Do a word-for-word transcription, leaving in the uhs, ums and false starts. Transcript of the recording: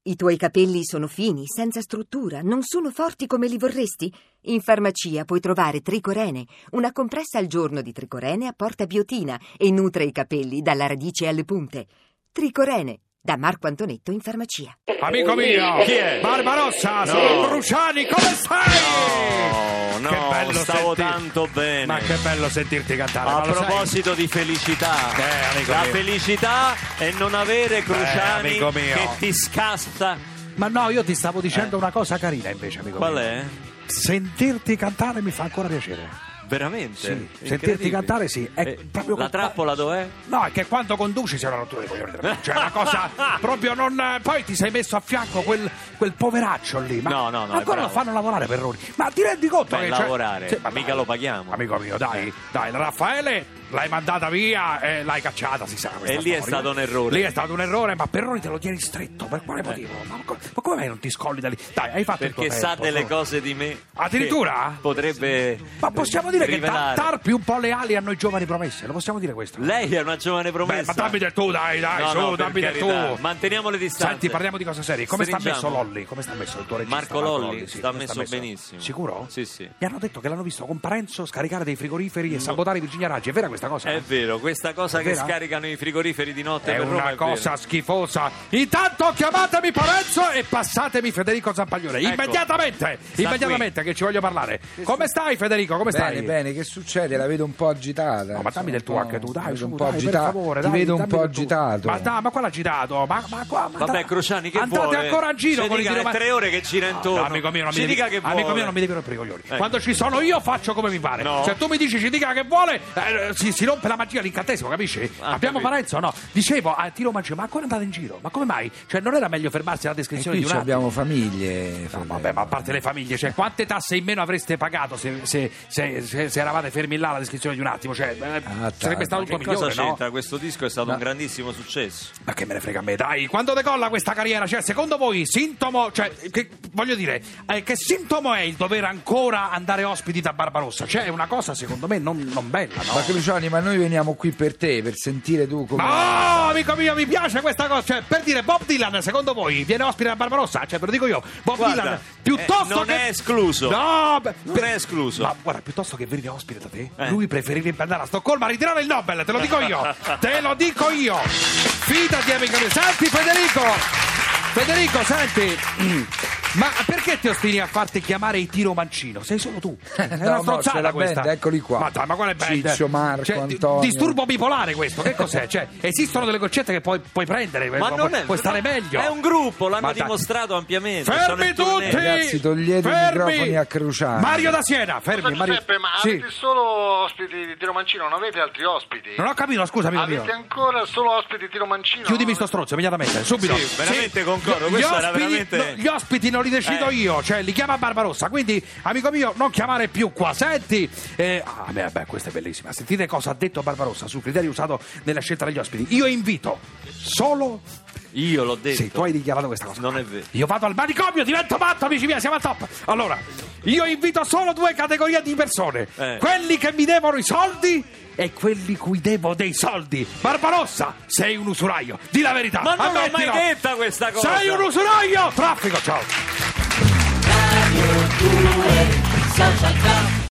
I tuoi capelli sono fini, senza struttura, non sono forti come li vorresti? In farmacia puoi trovare Tricorene, una compressa al giorno di Tricorene apporta biotina e nutre i capelli dalla radice alle punte. Tricorene, da Marco Antonetto in farmacia. Amico mio, chi è? Barbarossa, No. sono Cruciani, come stai? No, Che no, bello stavo sentir- tanto bene. Ma che bello sentirti cantare. A ma lo sai? proposito di felicità, Eh, amico la mio. felicità è non avere Cruciani amico mio. che ti scassa. Ma no, io ti stavo dicendo una cosa carina invece, amico Qual mio. è? Sentirti cantare mi fa ancora piacere. Veramente? Sì, sentirti Incredibile. cantare sì, è Eh, proprio la trappola dov'è? No, è che quando conduci sei una rottura di coglioni. Cioè, una cosa proprio non. Poi ti sei messo a fianco quel, quel poveraccio lì. Ma No, no, no, è ancora lo bravo. fanno lavorare Perroni. Ma ti rendi conto Beh, che. cioè- lavorare, Sì, ma mica lo paghiamo. Amico mio, dai, dai, la Raffaele l'hai mandata via e l'hai cacciata, si sa. questa E lì è storia. stato un errore. Lì è stato un errore, ma Perroni te lo tieni stretto. Per quale motivo? Ma, co- ma come mai non ti scolli da lì? Dai, hai fatto il tuo Perché sa tempo, delle no? cose di me. Addirittura? che Potrebbe. Ma possiamo dire rivelare. che ta- tarpi un po' le ali a noi giovani promesse, lo possiamo dire questo? Lei è una giovane promessa. Beh, ma dammi del tu, dai, dai, No, su, no, per dammi del carità. tu. Manteniamo le distanze. Senti, parliamo di cose serie. Come sta Stringiamo. messo Lolli? Come sta messo il tuo regista? Marco Lolli sì, sta come messo benissimo. Sicuro? Sì, sì. Mi hanno detto che l'hanno visto con Parenzo scaricare dei frigoriferi e sabotare Virginia Raggi. È vera questa cosa? È vero, questa cosa È che vera? scaricano i frigoriferi di notte È per Roma una è cosa vero. schifosa. Intanto chiamatemi Parenzo e passatemi Federico Zampaglione. Ecco. Immediatamente, Sta immediatamente che ci voglio parlare. Come stai Federico? Come Bene, stai? bene, che succede? La vedo un po' agitata. No, ma dammi del tuo Sono anche tu, dai, vedo su, un po' dai, per agitato. favore, Ti dai, vedo un dammi po' del tuo. agitato. Ma dai, ma quale agitato? Ma, ma qua, ma Vabbè, da- Cruciani, che andate vuole? ancora in giro Ci con i dica, tiro- è tre ore che gira intorno. No, amico mio, non ci mi devi, dica che amico vuole. mio, non mi devi rompere i coglioni. Ecco. Quando ci sono io faccio come mi pare. No. Se tu mi dici ci dica che vuole, eh, si, si rompe la magia, l'incantesimo, capisci? Ah, Abbiamo capito. Parenzo, no? Dicevo, a tiro maggio, ma ancora andate in giro? Ma come mai? Cioè, non era meglio fermarsi alla E descrizione qui di un attimo? abbiamo famiglie. No, Fede. vabbè, ma a parte le famiglie, cioè, quante tasse in meno avreste pagato se, se, se, se- se eravate fermi là alla descrizione di un attimo? Cioè, eh, Ah, sarebbe stato Che tutto cosa migliore, no? c'entra? Questo disco è stato No. un grandissimo successo. Ma che me ne frega a me, dai, quando decolla questa carriera? Cioè, secondo voi, sintomo, cioè, che, voglio dire, eh, che sintomo è il dover ancora andare ospiti da Barbarossa? Cioè, è una cosa, secondo me, non, non bella, no? Ma Cruciani, ma noi veniamo qui per te, per sentire tu come. Ma oh, amico mio, mi piace questa cosa. Cioè, per dire, Bob Dylan, secondo voi, viene ospite da Barbarossa? Cioè, ve lo dico io, Bob Guarda, Dylan, piuttosto eh, non che. è escluso. No, beh, Non è escluso. Ma guarda, piuttosto che venire ospite da te, Eh. lui preferirebbe andare a Stoccolma a ritirare il Nobel, te lo dico io. Te lo dico io. Fidati, amico mio. Senti, Federico. Federico, senti. Ma perché ti ostini a farti chiamare i tiro mancino? Sei solo tu. È No, una no, stronzata c'è la questa. band, eccoli qua. Ma dai, ma quale band? Ciccio, Marco, Cioè, di- Antonio. Disturbo bipolare questo, che cos'è? Cioè, esistono delle goccette che puoi, puoi prendere, Ma puoi, non è, puoi stare meglio. È un gruppo, l'hanno Ma dai. dimostrato ampiamente. sono Fermi in tournée. tutti! Ragazzi, togliete i Fermi! microfoni a Cruciani. Mario da Siena, fermi. Scusa, Mario... Giuseppe, ma Sì. avete solo ospiti di Tiro Mancino, non avete altri ospiti? Non ho capito, scusa, amico mio. Avete ancora solo ospiti di Tiro Mancino? Chiudimi sto stronzo immediatamente, subito. Sì, veramente concordo, Gli questo era ospiti, veramente- no, gli ospiti non li decido Eh. io, cioè li chiama Barbarossa, quindi amico mio non chiamare più qua. Senti, eh, ah, beh, beh, questa è bellissima. Sentite cosa ha detto Barbarossa sul criterio usato nella scelta degli ospiti. Io invito solo. Io l'ho detto. Sì, tu hai dichiarato questa cosa. Non è vero. Io vado al manicomio, divento matto, amici miei, siamo al top. Allora, io invito solo due categorie di persone: Eh. quelli che mi devono i soldi e quelli cui devo dei soldi. Barbarossa, sei un usuraio, di la verità. Ma non l'ho ammettilo. mai detta questa cosa. Sei un usuraio! Traffico, ciao. Radio due Social Club.